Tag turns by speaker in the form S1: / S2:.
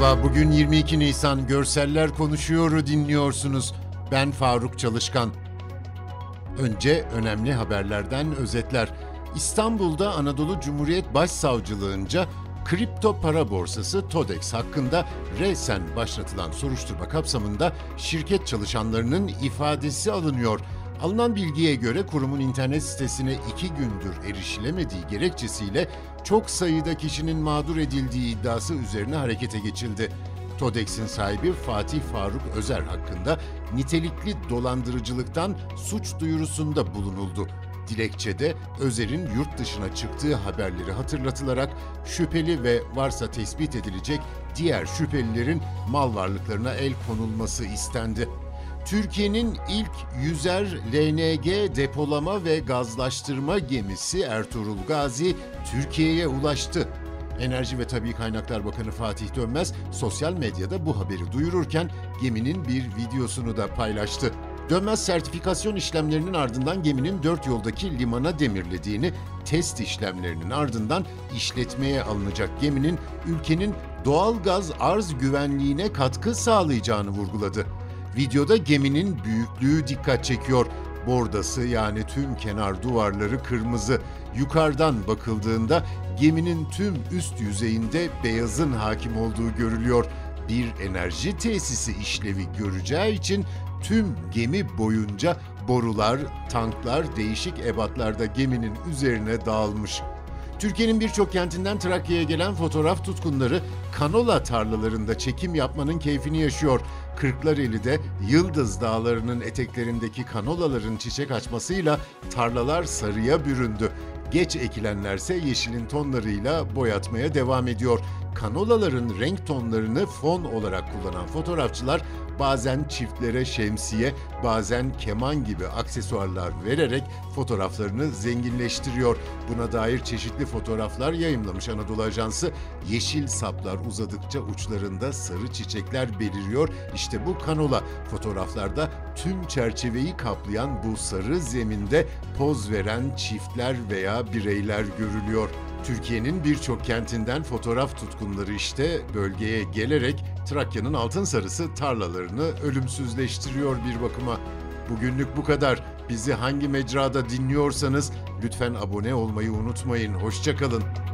S1: Merhaba, bugün 22 Nisan Görseller Konuşuyor'u dinliyorsunuz. Ben Faruk Çalışkan. Önce önemli haberlerden özetler. İstanbul'da Anadolu Cumhuriyet Başsavcılığınca kripto para borsası TODEX hakkında resen başlatılan soruşturma kapsamında şirket çalışanlarının ifadesi alınıyor. Alınan bilgiye göre kurumun internet sitesine 2 gündür erişilemediği gerekçesiyle çok sayıda kişinin mağdur edildiği iddiası üzerine harekete geçildi. TODEX'in sahibi Fatih Faruk Özer hakkında nitelikli dolandırıcılıktan suç duyurusunda bulunuldu. Dilekçede Özer'in yurt dışına çıktığı haberleri hatırlatılarak şüpheli ve varsa tespit edilecek diğer şüphelilerin mal varlıklarına el konulması istendi. Türkiye'nin ilk yüzer LNG depolama ve gazlaştırma gemisi Ertuğrul Gazi Türkiye'ye ulaştı. Enerji ve Tabii Kaynaklar Bakanı Fatih Dönmez sosyal medyada bu haberi duyururken geminin bir videosunu da paylaştı. Dönmez sertifikasyon işlemlerinin ardından geminin 4 yoldaki limana demirlediğini, test işlemlerinin ardından işletmeye alınacak geminin ülkenin doğal gaz arz güvenliğine katkı sağlayacağını vurguladı. Videoda geminin büyüklüğü dikkat çekiyor. Bordası yani tüm kenar duvarları kırmızı. Yukarıdan bakıldığında geminin tüm üst yüzeyinde beyazın hakim olduğu görülüyor. Bir enerji tesisi işlevi göreceği için tüm gemi boyunca borular, tanklar değişik ebatlarda geminin üzerine dağılmış. Türkiye'nin birçok kentinden Trakya'ya gelen fotoğraf tutkunları kanola tarlalarında çekim yapmanın keyfini yaşıyor. Kırklareli'de Yıldız Dağları'nın eteklerindeki kanolaların çiçek açmasıyla tarlalar sarıya büründü. Geç ekilenlerse yeşilin tonlarıyla boyatmaya devam ediyor. Kanolaların renk tonlarını fon olarak kullanan fotoğrafçılar bazen çiftlere şemsiye, bazen keman gibi aksesuarlar vererek fotoğraflarını zenginleştiriyor. Buna dair çeşitli fotoğraflar yayımlamış Anadolu Ajansı. Yeşil saplar uzadıkça uçlarında sarı çiçekler beliriyor. İşte bu kanola. Fotoğraflarda tüm çerçeveyi kaplayan bu sarı zeminde poz veren çiftler veya bireyler görülüyor. Türkiye'nin birçok kentinden fotoğraf tutkunları işte bölgeye gelerek Trakya'nın altın sarısı tarlalarını ölümsüzleştiriyor bir bakıma. Bugünlük bu kadar. Bizi hangi mecrada dinliyorsanız lütfen abone olmayı unutmayın. Hoşça kalın.